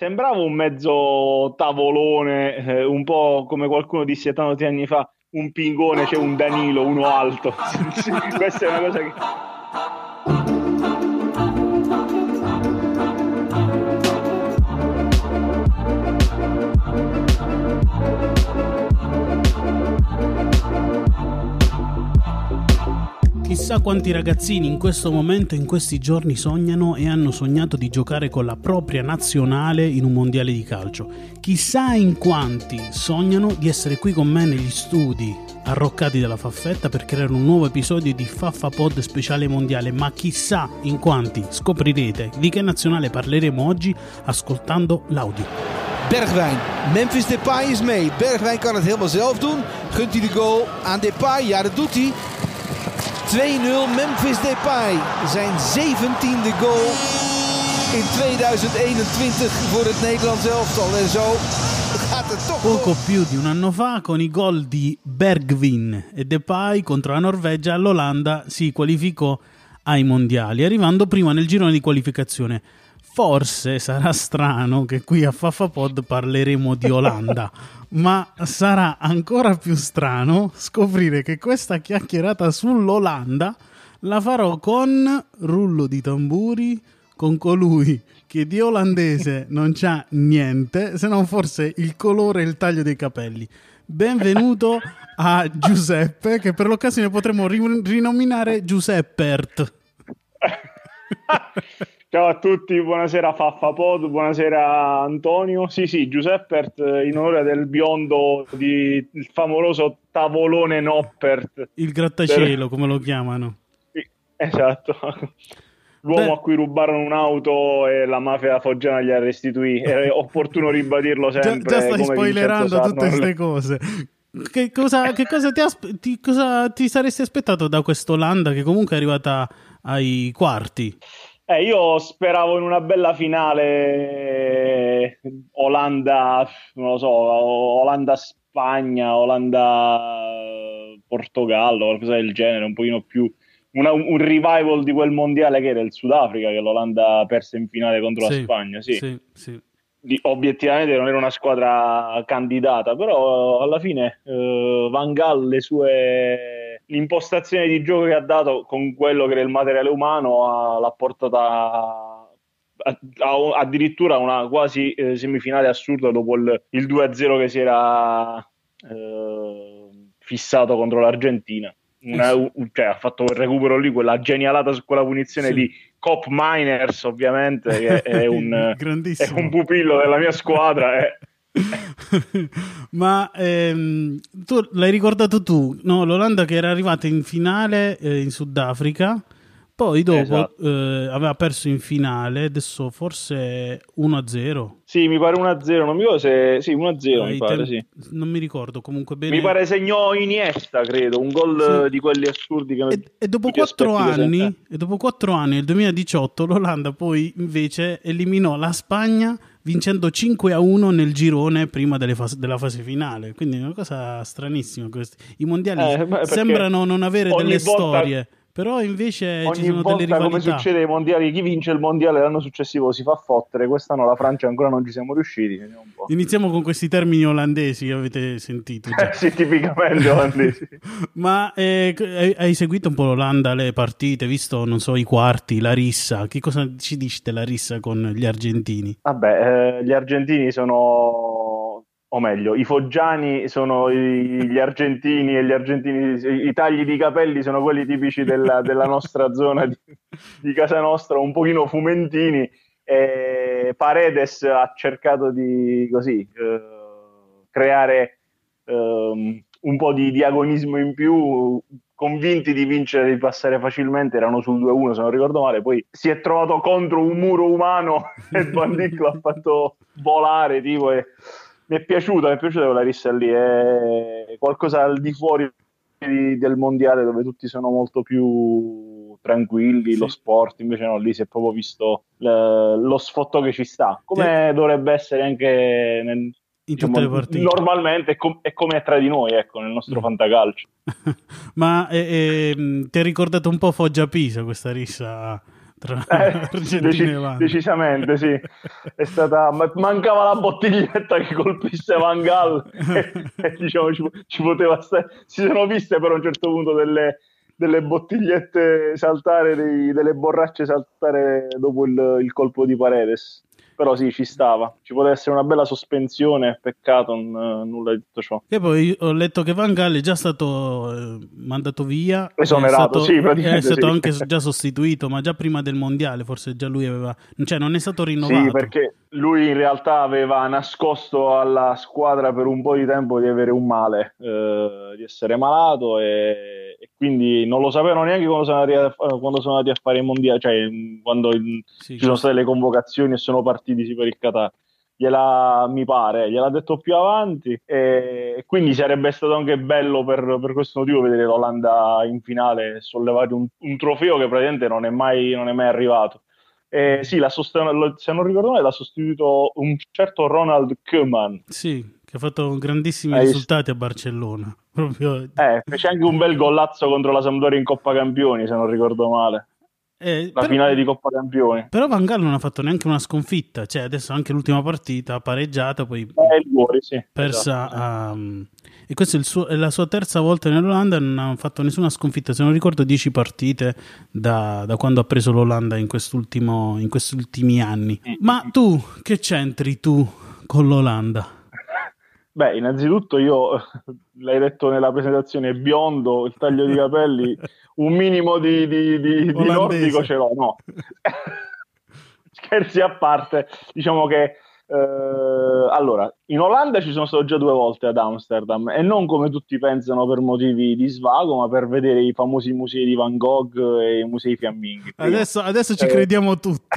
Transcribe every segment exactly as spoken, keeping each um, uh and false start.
sembrava un mezzo tavolone, eh, un po' come qualcuno disse tanti anni fa, un pingone, c'è un Danilo, uno alto. Questa è una cosa che... Chissà quanti ragazzini in questo momento, in questi giorni sognano e hanno sognato di giocare con la propria nazionale in un mondiale di calcio. Chissà in quanti sognano di essere qui con me negli studi arroccati dalla Faffetta per creare un nuovo episodio di FaffaPod speciale mondiale, ma chissà in quanti scoprirete di che nazionale parleremo oggi ascoltando l'audio. Bergwijn, Memphis Depay is mee. Bergwijn kan het helemaal zelf doen. Gunt hij de goal aan Depay? Ja, dat doet hij. twee nul Memphis Depay. Zijn zeventiende goal in tweeduizend eenentwintig voor het Nederlands elftal. En zo gaat het toch. Poco più di un anno fa, con i gol di Bergwijn e Depay contro la Norvegia, l'Olanda si qualificò ai mondiali, arrivando prima nel girone di qualificazione. Forse sarà strano che qui a FaffaPod parleremo di Olanda, ma sarà ancora più strano scoprire che questa chiacchierata sull'Olanda la farò con rullo di tamburi, con colui che di olandese non c'ha niente, se non forse il colore e il taglio dei capelli. Benvenuto a Giuseppe, che per l'occasione potremmo ri- rinominare Giuseppert. Ciao a tutti, buonasera FaffaPod, buonasera Antonio. Sì, sì, Giuseppert in onore del biondo di il famoso tavolone Noppert. Il grattacielo, come lo chiamano. Sì, esatto. L'uomo Beh, a cui rubarono un'auto e la mafia foggiana gli ha restituì. È opportuno ribadirlo sempre. Già, già stai come spoilerando tutte queste cose. Che cosa, che cosa, ti, aspe- ti, cosa ti saresti aspettato da quest'Olanda che comunque è arrivata ai quarti? Eh, io speravo in una bella finale Olanda, non lo so, Olanda-Spagna, Olanda-Portogallo, qualcosa del genere, un pochino più una, un revival di quel mondiale che era il Sudafrica, che l'Olanda perse in finale contro Sì, la Spagna, sì. sì, sì. Di, obiettivamente non era una squadra candidata, però alla fine eh, Van Gaal, le sue l'impostazione di gioco che ha dato con quello che era il materiale umano ha, l'ha portata a, a, a, addirittura a una quasi eh, semifinale assurda dopo il, il due a zero che si era eh, fissato contro l'Argentina. Una, cioè, ha fatto quel recupero lì, quella genialata su quella punizione sì. di Cop Miners, ovviamente, che è un, è un pupillo della mia squadra. È... Ma ehm, tu l'hai ricordato tu, no? L'Olanda che era arrivata in finale eh, in Sudafrica, poi dopo esatto. eh, aveva perso in finale, adesso forse uno a zero. Sì, mi pare uno a zero, non mi ricordo se... Sì, uno a zero mi pare, tem- sì. Non mi ricordo, comunque bene. Mi pare segnò Iniesta, credo, un gol sì. di quelli assurdi che... E, e dopo quattro anni, e dopo quattro anni, nel duemiladiciotto, l'Olanda poi invece eliminò la Spagna vincendo cinque a uno nel girone prima delle fase, della fase finale. Quindi è una cosa stranissima. Questi. I mondiali eh, sembrano non avere delle volta... storie. Però invece ogni ci sono volta, delle rivalità. Come succede ai mondiali, chi vince il mondiale l'anno successivo si fa fottere. Quest'anno la Francia ancora non ci siamo riusciti. Un po'. Iniziamo con questi termini olandesi che avete sentito già. Sì, tipicamente olandesi. Ma eh, hai seguito un po' l'Olanda, le partite, visto, non so, i quarti, la rissa. Che cosa ci dici della rissa con gli argentini? Vabbè, eh, gli argentini sono... o meglio, i foggiani sono i, gli argentini e gli argentini, i tagli di capelli sono quelli tipici della, della nostra zona di, di casa nostra, un pochino fumentini. E Paredes ha cercato di così eh, creare eh, un po' di, di agonismo in più, convinti di vincere, di passare facilmente, erano sul due a uno se non ricordo male, poi si è trovato contro un muro umano e Van Dijk l'ha fatto volare tipo e mi è piaciuta, mi è piaciuta quella rissa lì, è qualcosa al di fuori di, del mondiale dove tutti sono molto più tranquilli, sì. Lo sport invece no, lì si è proprio visto le, lo sfotto che ci sta, come sì. Dovrebbe essere anche nel, in diciamo, tutte le partite. Normalmente è, com- è come è tra di noi, ecco, nel nostro mm. fantacalcio. Ma eh, eh, ti ha ricordato un po' Foggia Pisa questa rissa tra eh, Argentina deci- e Olanda. Decisamente sì, è stata, mancava la bottiglietta che colpisse Van Gaal e, e diciamo ci, ci poteva stare, si sono viste per un certo punto delle, delle bottigliette saltare, dei, delle borracce saltare dopo il, il colpo di Paredes. Però sì, ci stava, ci poteva essere una bella sospensione, peccato n- nulla di tutto ciò. E poi ho letto che Van Gaal è già stato eh, mandato via, Esonerato, è stato, sì, è praticamente stato sì. anche già sostituito, ma già prima del mondiale forse già lui aveva, cioè non è stato Sì, rinnovato. perché lui in realtà aveva nascosto alla squadra per un po' di tempo di avere un male, eh, di essere malato e, e quindi non lo sapevano neanche quando sono andati a, quando sono andati a fare i mondiali, cioè quando il, Sì, ci sono questo- state le convocazioni e sono partiti sì, per il Qatar. Gliela, mi pare, gliel'ha detto più avanti e, e quindi sarebbe stato anche bello per, per questo motivo vedere l'Olanda in finale sollevare un, un trofeo che praticamente non è mai, non è mai arrivato. Eh, sì, la sosten- se non ricordo male l'ha sostituito un certo Ronald Koeman. sì, che ha fatto grandissimi Hai risultati a Barcellona. Proprio... Eh, fece anche un bel gollazzo contro la Sampdoria in Coppa Campioni, se non ricordo male. Eh, La però, finale di Coppa Campioni. però Van Gaal non ha fatto neanche una sconfitta, cioè adesso anche l'ultima partita pareggiata, poi Eh, il Liguri, sì. persa Esatto, sì. a... E questa è, il suo- è la sua terza volta nell'Olanda, non ha fatto nessuna sconfitta, se non ricordo dieci partite da, da quando ha preso l'Olanda in, quest'ultimo, in questi ultimi anni. Ma tu, che c'entri tu con l'Olanda? Beh, innanzitutto io, l'hai detto nella presentazione, è biondo, il taglio di capelli, un minimo di, di, di, di nordico ce l'ho, no. Scherzi a parte, diciamo che eh, allora, in Olanda ci sono stato già due volte ad Amsterdam e non come tutti pensano per motivi di svago, ma per vedere i famosi musei di Van Gogh e i musei fiamminghi. Primo. Adesso, adesso ci Eh, crediamo tutti.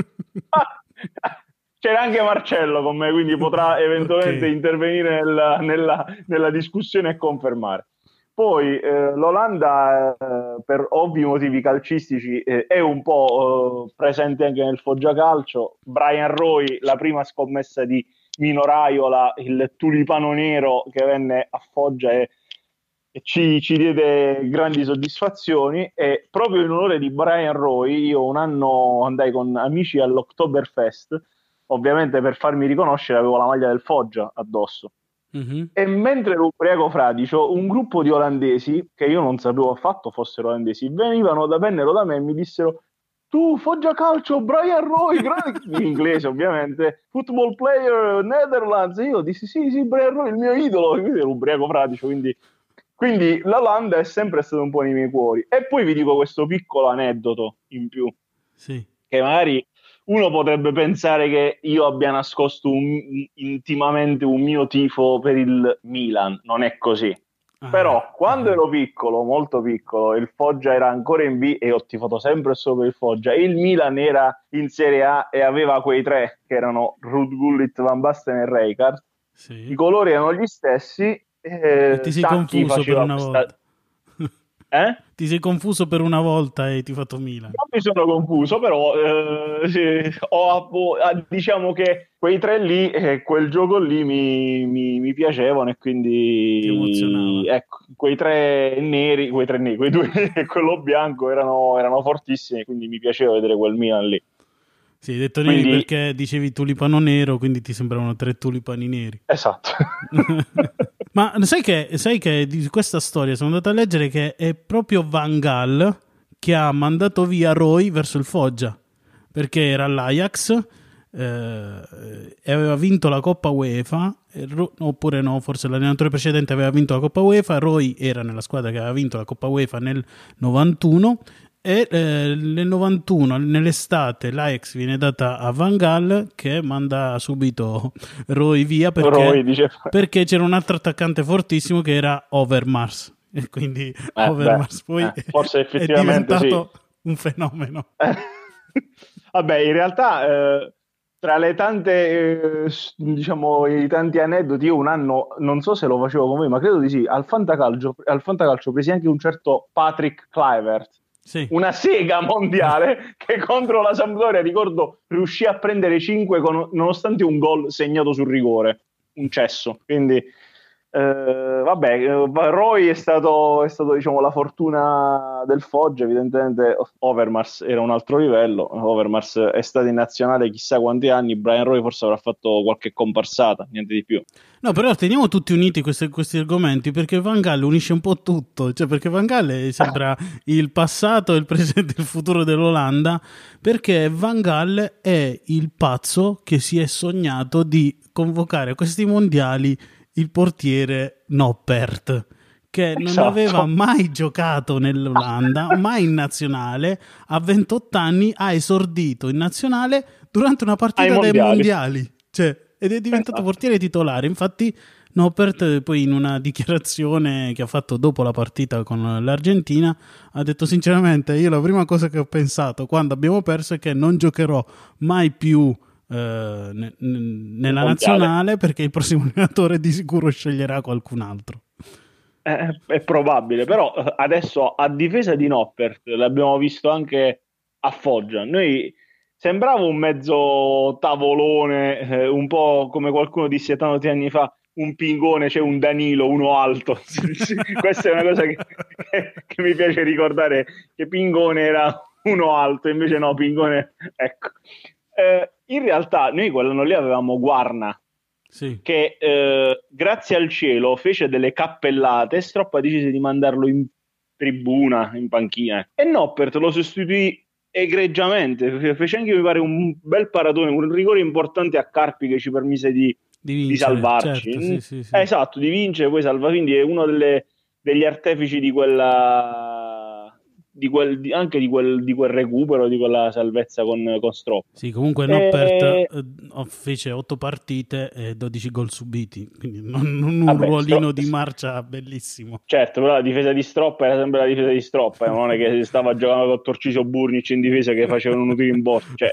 C'era anche Marcello con me, quindi potrà eventualmente Ok. intervenire nella, nella, nella discussione e confermare. Poi eh, l'Olanda, eh, per ovvi motivi calcistici, eh, è un po' eh, presente anche nel Foggia Calcio. Brian Roy, la prima scommessa di Mino Raiola, il tulipano nero che venne a Foggia e, e ci, ci diede grandi soddisfazioni. E proprio in onore di Brian Roy, io un anno andai con amici all'Oktoberfest, ovviamente per farmi riconoscere avevo la maglia del Foggia addosso. Mm-hmm. E mentre ero ubriaco fradicio, un gruppo di olandesi, che io non sapevo affatto fossero olandesi, venivano da, vennero da me e mi dissero: tu Foggia Calcio, Brian Roy, grande... in inglese ovviamente, football player, Netherlands. E io dissi sì, sì, Brian Roy, il mio idolo. E quindi ero ubriaco fradicio, quindi... quindi l'Olanda è sempre stato un po' nei miei cuori. E poi vi dico questo piccolo aneddoto in più, Sì. che magari uno potrebbe pensare che io abbia nascosto un, intimamente un mio tifo per il Milan, non è così. Ah, Però quando ah. ero piccolo, molto piccolo, il Foggia era ancora in B e ho tifato sempre solo per il Foggia. Il Milan era in Serie A e aveva quei tre che erano Ruud Gullit, Van Basten e Rijkaard. Sì. I colori erano gli stessi. Eh, E ti sei Sacchi confuso per faceva una questa... volta. Eh? Ti sei confuso per una volta e ti hai fatto Milan. Non mi sono confuso, però eh, sì, ho, ho, diciamo che quei tre lì, eh, quel gioco lì mi, mi, mi piacevano e quindi ti emozionava. Ecco, quei tre neri, quei tre neri, quei due e quello bianco erano, erano fortissimi, quindi mi piaceva vedere quel Milan lì. Sì, hai detto quindi... neri perché dicevi tulipano nero, quindi ti sembravano tre tulipani neri. Esatto. Ma sai che, sai che di questa storia sono andato a leggere che è proprio Van Gaal che ha mandato via Roy verso il Foggia, perché era all'Ajax eh, e aveva vinto la Coppa UEFA, Ro- oppure no, forse l'allenatore precedente aveva vinto la Coppa UEFA, Roy era nella squadra che aveva vinto la Coppa UEFA nel novantuno e eh, nel novantuno, nell'estate, l'Ajax viene data a Van Gaal che manda subito Roy via perché, Roy, dice... perché c'era un altro attaccante fortissimo che era Overmars e quindi eh, Overmars beh, poi eh, forse è effettivamente diventato sì. un fenomeno. Vabbè, in realtà eh, tra le tante eh, diciamo i tanti aneddoti, io un anno non so se lo facevo con voi, ma credo di sì, al Fantacalcio, al Fantacalcio presi anche un certo Patrick Kluivert. Sì. Una sega mondiale che contro la Sampdoria, ricordo, riuscì a prendere cinque con, nonostante un gol segnato sul rigore, un cesso. Quindi eh, Eh, vabbè, Roy è stato, è stato diciamo la fortuna del Foggia. Evidentemente Overmars era un altro livello. Overmars è stato in nazionale chissà quanti anni, Brian Roy forse avrà fatto qualche comparsata, niente di più. No, però teniamo tutti uniti questi, questi argomenti, perché Van Gaal unisce un po' tutto, cioè perché Van Gaal sembra il passato, il presente e il futuro dell'Olanda, perché Van Gaal è il pazzo che si è sognato di convocare a questi mondiali il portiere Noppert, che non Esatto. aveva mai giocato nell'Olanda, mai in nazionale, a ventotto anni ha esordito in nazionale durante una partita Ai dei mondiali. mondiali, cioè, ed è diventato Esatto. portiere titolare. Infatti Noppert poi in una dichiarazione che ha fatto dopo la partita con l'Argentina ha detto sinceramente: io la prima cosa che ho pensato quando abbiamo perso è che non giocherò mai più Uh, ne- nella nazionale, perché il prossimo allenatore di sicuro sceglierà qualcun altro. È, è probabile, però adesso a difesa di Noppert l'abbiamo visto anche a Foggia. Noi sembrava un mezzo tavolone, eh, un po' come qualcuno disse tanti anni fa, un pingone, c'è un Danilo, uno alto. Questa è una cosa che, che, che mi piace ricordare, che Pingone era uno alto, invece no, Pingone, ecco. Eh, in realtà noi quell'anno lì avevamo Guarna, sì, che eh, grazie al cielo fece delle cappellate e Stroppa decise di mandarlo in tribuna, in panchina, e Noppert lo sostituì egregiamente, fece anche mi pare un bel paratone, un rigore importante a Carpi che ci permise di, di, di vincere, salvarci. certo, sì, sì, sì. Eh, esatto, di vincere, poi salva, quindi è uno delle, degli artefici di quella di quel, di, anche di quel, di quel recupero, di quella salvezza con, con Stroppa. Sì, comunque Noppert e... eh, fece otto partite e dodici gol subiti, quindi non, non un Vabbè, ruolino Stro... di marcia bellissimo. Certo, però la difesa di Stroppa era sempre la difesa di Stroppa, eh, non è che stava giocando con Torcisio Burnic in difesa che facevano un utile in borsa, cioè...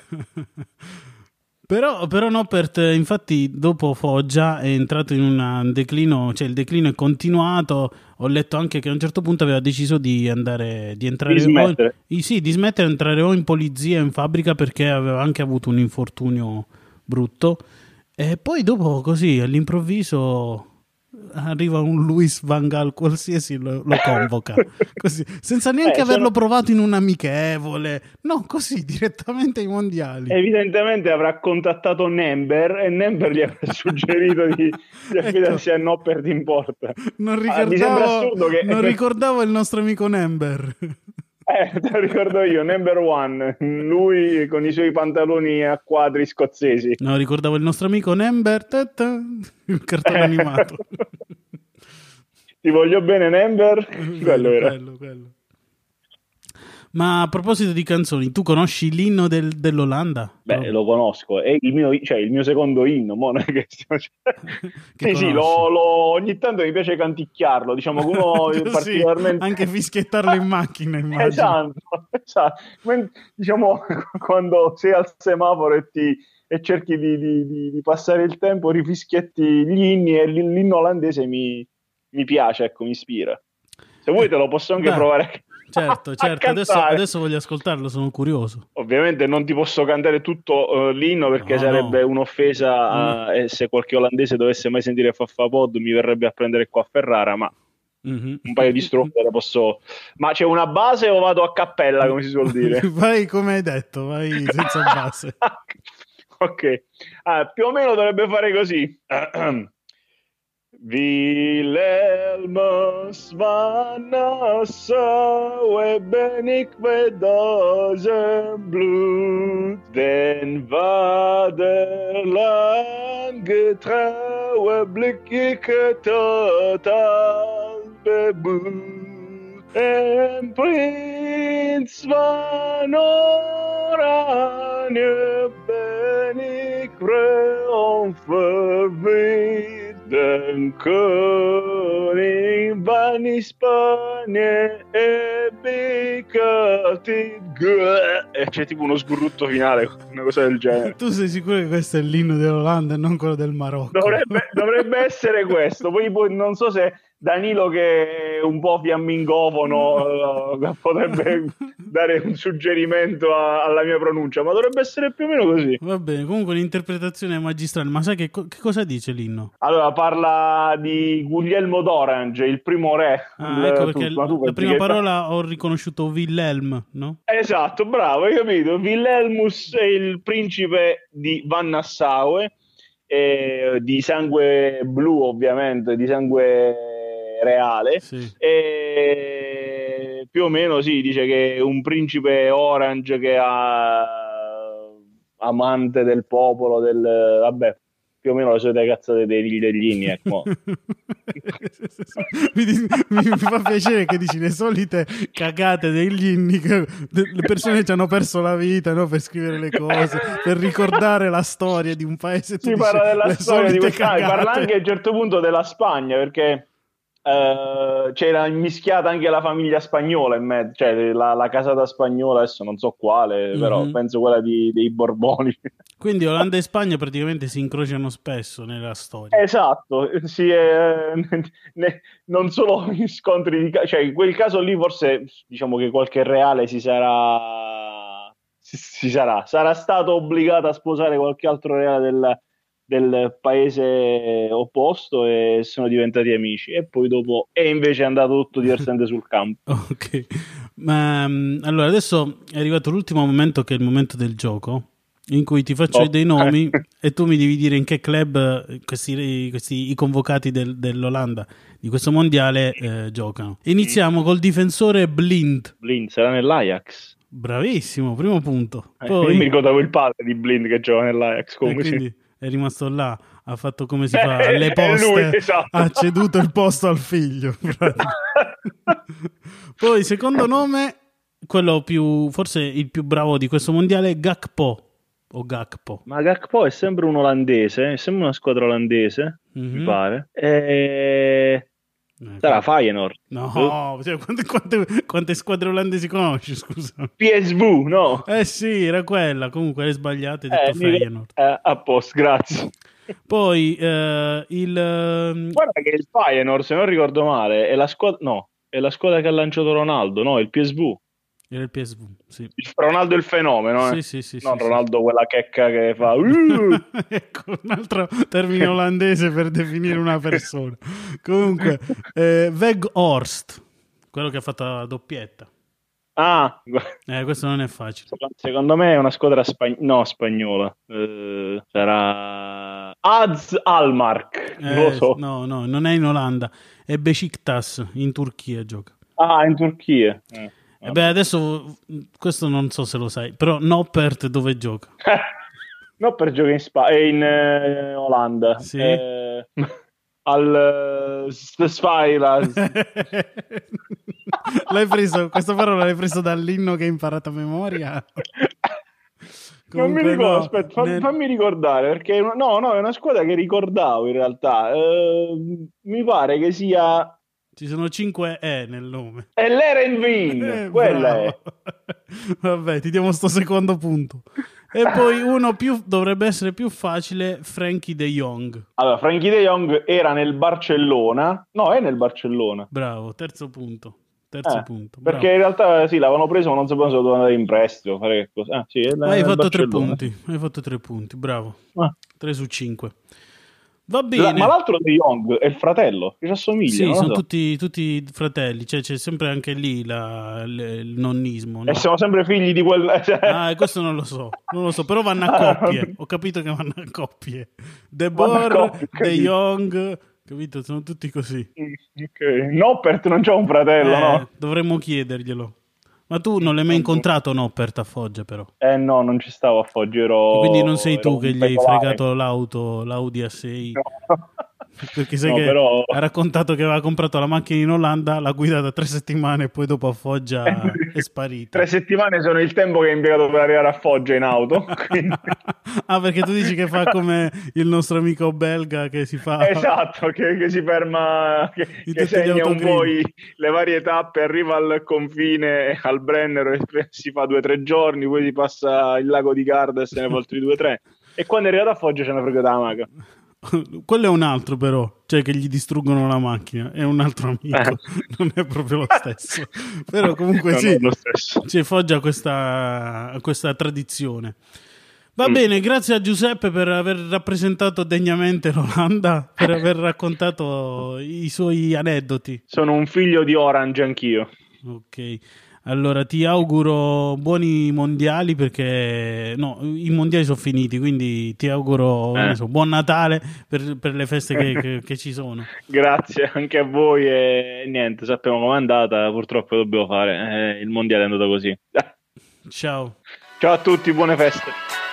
Però, però Noppert, infatti, dopo Foggia è entrato in un declino, cioè il declino è continuato. Ho letto anche che a un certo punto aveva deciso di andare, di entrare, di smettere. O, sì, di smettere, entrare o in polizia o in fabbrica, perché aveva anche avuto un infortunio brutto. E poi dopo, così, all'improvviso arriva un Luis Van Gaal qualsiasi, lo, lo convoca così, senza neanche eh, averlo sono... provato in un amichevole, no, così direttamente ai mondiali. Evidentemente avrà contattato Nember e Nember gli avrà suggerito di, di affidarsi ecco. a Noppert in porta. Non ricordavo, ah, mi sembra assurdo che non ricordavo il nostro amico Nember. Eh, te lo ricordo io, number one, lui con i suoi pantaloni a quadri scozzesi. No, ricordavo il nostro amico Nember, tata, il cartone animato. Ti voglio bene, Nember? Quello, quello era. Quello, quello. Ma a proposito di canzoni, tu conosci l'inno del, dell'Olanda? Beh, Proprio. Lo conosco, è il mio, cioè, il mio secondo inno, mo non è che stiamo... che sì, sì, lo, lo, ogni tanto mi piace canticchiarlo, diciamo che uno sì, particolarmente... anche fischiettarlo in macchina, immagino. Esatto, esatto. Diciamo, quando sei al semaforo e, ti, e cerchi di, di, di passare il tempo, rifischietti gli inni e l'inno olandese mi, mi piace, ecco, mi ispira. Se vuoi te lo posso anche Beh. provare a Certo, certo, adesso, adesso voglio ascoltarlo, sono curioso. Ovviamente non ti posso cantare tutto uh, l'inno perché no, sarebbe no. un'offesa uh, e se qualche olandese dovesse mai sentire Faffapod mi verrebbe a prendere qua a Ferrara, ma mm-hmm. un paio di strofe le posso... Ma c'è una base o vado a cappella, come si suol dire? Vai come hai detto, vai senza base. Ok, ah, più o meno dovrebbe fare così. Wilhelmus van Nassau, ben ik Blut, den Vaderland getrouwe blik ik total beboet. En Prins van Oranje ben ik onverwint. Den koning van Spanje heb ik altijd e c'è tipo uno sgurrutto finale, una cosa del genere. Tu sei sicuro che questo è l'inno dell'Olanda e non quello del Marocco? Dovrebbe, dovrebbe essere questo. Poi, poi non so se Danilo, che è un po' fiammingofono, uh, potrebbe dare un suggerimento a, alla mia pronuncia, ma dovrebbe essere più o meno così. Va bene, comunque l'interpretazione è magistrale. Ma sai che, co- che cosa dice l'inno? Allora, parla di Guglielmo d'Orange, il primo re. Ah, il, ecco perché tu, ma tu la prima che... parola ho riconosciuto Wilhelm, no? Esatto, bravo, hai capito? Wilhelmus è il principe di Van Nassau, eh, di sangue blu, ovviamente, di sangue reale. Sì. E più o meno si dice che è un principe orange che ha amante del popolo, del vabbè, più o meno le solite cazzate degli degli inni, ecco. mi, mi, mi fa piacere che dici le solite cagate degli inni, che le persone ci hanno perso la vita, no, per scrivere le cose, per ricordare la storia di un paese. Si parla della storia di questa, parla anche a un certo punto della Spagna, perché Uh, c'era mischiata anche la famiglia spagnola in mezzo, cioè la, la casata spagnola, adesso non so quale, mm-hmm. però penso quella di, dei Borboni. Quindi Olanda e Spagna praticamente si incrociano spesso nella storia. Esatto, sì, eh, ne, non solo gli scontri di, cioè in quel caso lì forse diciamo che qualche reale si sarà si, si sarà sarà stato obbligato a sposare qualche altro reale del del paese opposto e sono diventati amici, e poi dopo e invece è andato tutto diversamente sul campo. Ok, ma allora adesso è arrivato l'ultimo momento, che è il momento del gioco, in cui ti faccio oh. dei nomi e tu mi devi dire in che club questi, questi i convocati del, dell'Olanda di questo mondiale eh, giocano. Iniziamo col difensore Blind. Blind sarà nell'Ajax. Bravissimo, primo punto. Eh, Poi io mi ricordavo il padre di Blind che gioca nell'Ajax, comunque quindi sì. È rimasto là, ha fatto come si fa alle poste, lui, esatto. Ha ceduto il posto al figlio. Poi secondo nome, quello più, forse il più bravo di questo mondiale, Gakpo o Gakpo. Ma Gakpo è sempre un olandese, è sempre una squadra olandese, mm-hmm. mi pare. E... Eh, sarà Feyenoord. No, cioè, quante, quante, quante squadre olandesi conosci, scusa? P S V, no? Eh sì, era quella, comunque hai sbagliato, hai detto eh, Feyenoord. Eh, a posto, grazie. Poi eh, il... Guarda che il Feyenoord, se non ricordo male, è la squadra, no, è la squadra che ha lanciato Ronaldo, no, il P S V. Era il P S V, sì. Il Ronaldo è il fenomeno, eh? Sì, sì, sì. Non sì, Ronaldo sì. quella checca che fa... Uh! Ecco, un altro termine olandese per definire una persona. Comunque, eh, Weghorst, quello che ha fatto la doppietta. Ah! Eh, questo non è facile. Secondo me è una squadra spagn- no, spagnola. Eh, sarà... Az Almark, Eh, non lo so. No, no, non è in Olanda. È Beşiktaş, in Turchia gioca. Ah, in Turchia. Eh. E beh, adesso questo non so se lo sai, però Noppert dove gioca? Noppert gioca in, Spa- in eh, Olanda. Sì. Eh, al uh, Sfaila. L'hai preso, questa parola l'hai preso dall'inno che hai imparato a memoria? Non mi ricordo, no, aspetta, fammi, nel... fammi ricordare, perché no, no, è una squadra che ricordavo in realtà. Eh, mi pare che sia... Ci sono cinque E nel nome. È l'Erenvin, eh, quella bravo. è. Vabbè, ti diamo sto secondo punto. E poi uno più dovrebbe essere più facile, Frankie de Jong. Allora, Frankie de Jong era nel Barcellona. No, è nel Barcellona. Bravo, terzo punto. Terzo eh, punto. Bravo. Perché in realtà sì, l'avevano preso, ma non sapevano se lo dovevano andare in prestito. Fare che cosa. Ah, sì, è Hai fatto tre Barcellona. punti. Hai fatto tre punti, bravo. Ah. Tre su cinque. Va bene. La, ma l'altro De Jong è il fratello, che ci assomiglia. Sì, sono so. tutti, tutti fratelli, cioè c'è sempre anche lì la, l, il nonnismo. No? E siamo sempre figli di quel... Ah, questo non lo so, non lo so, però vanno a coppie. Ho capito che vanno a coppie. De Boer, De Jong, capito? Sono tutti così. Ok. Noppert non c'ha un fratello, eh, no? Dovremmo chiederglielo. Ma tu non l'hai mai incontrato Noppert a Foggia, però? Eh no, non ci stavo a Foggia, ero... Quindi non sei tu ero che gli hai fregato l'auto, l'Audi A sei? No. Perché sai No, che però- ha raccontato che aveva comprato la macchina in Olanda, l'ha guidata tre settimane e poi dopo a Foggia è sparita. Tre settimane sono il tempo che è impiegato per arrivare a Foggia in auto. Quindi... Ah, perché tu dici che fa come il nostro amico belga che si fa... Esatto, che, che si ferma, che, Di che tutti gli segna un autogrill. po' i- le varie tappe, arriva al confine, al Brennero, e si fa due o tre giorni, poi si passa il lago di Garda e se ne fa altri due o tre. E quando è arrivato a Foggia ce ne frega la maga. Quello è un altro però, cioè che gli distruggono la macchina, è un altro amico, Eh. non è proprio lo stesso. Però comunque No, sì, non lo stesso. c'è Foggia questa, questa tradizione. Va Mm. bene, grazie a Giuseppe per aver rappresentato degnamente l'Olanda, per aver raccontato i suoi aneddoti. Sono un figlio di Orange anch'io. Ok, allora ti auguro buoni mondiali perché no, i mondiali sono finiti, quindi ti auguro che Eh. ne so, buon Natale per, per le feste che, che- che ci sono. Grazie anche a voi e niente, sappiamo com'è andata, purtroppo dobbiamo fare, eh, il mondiale è andato così. Ciao. Ciao a tutti, buone feste.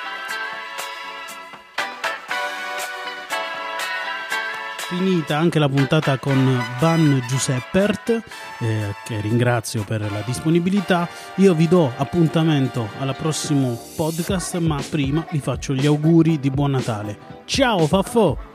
Finita anche la puntata con Van Giuseppert, eh, che ringrazio per la disponibilità. Io vi do appuntamento al prossimo podcast, ma prima vi faccio gli auguri di buon Natale. Ciao Faffo!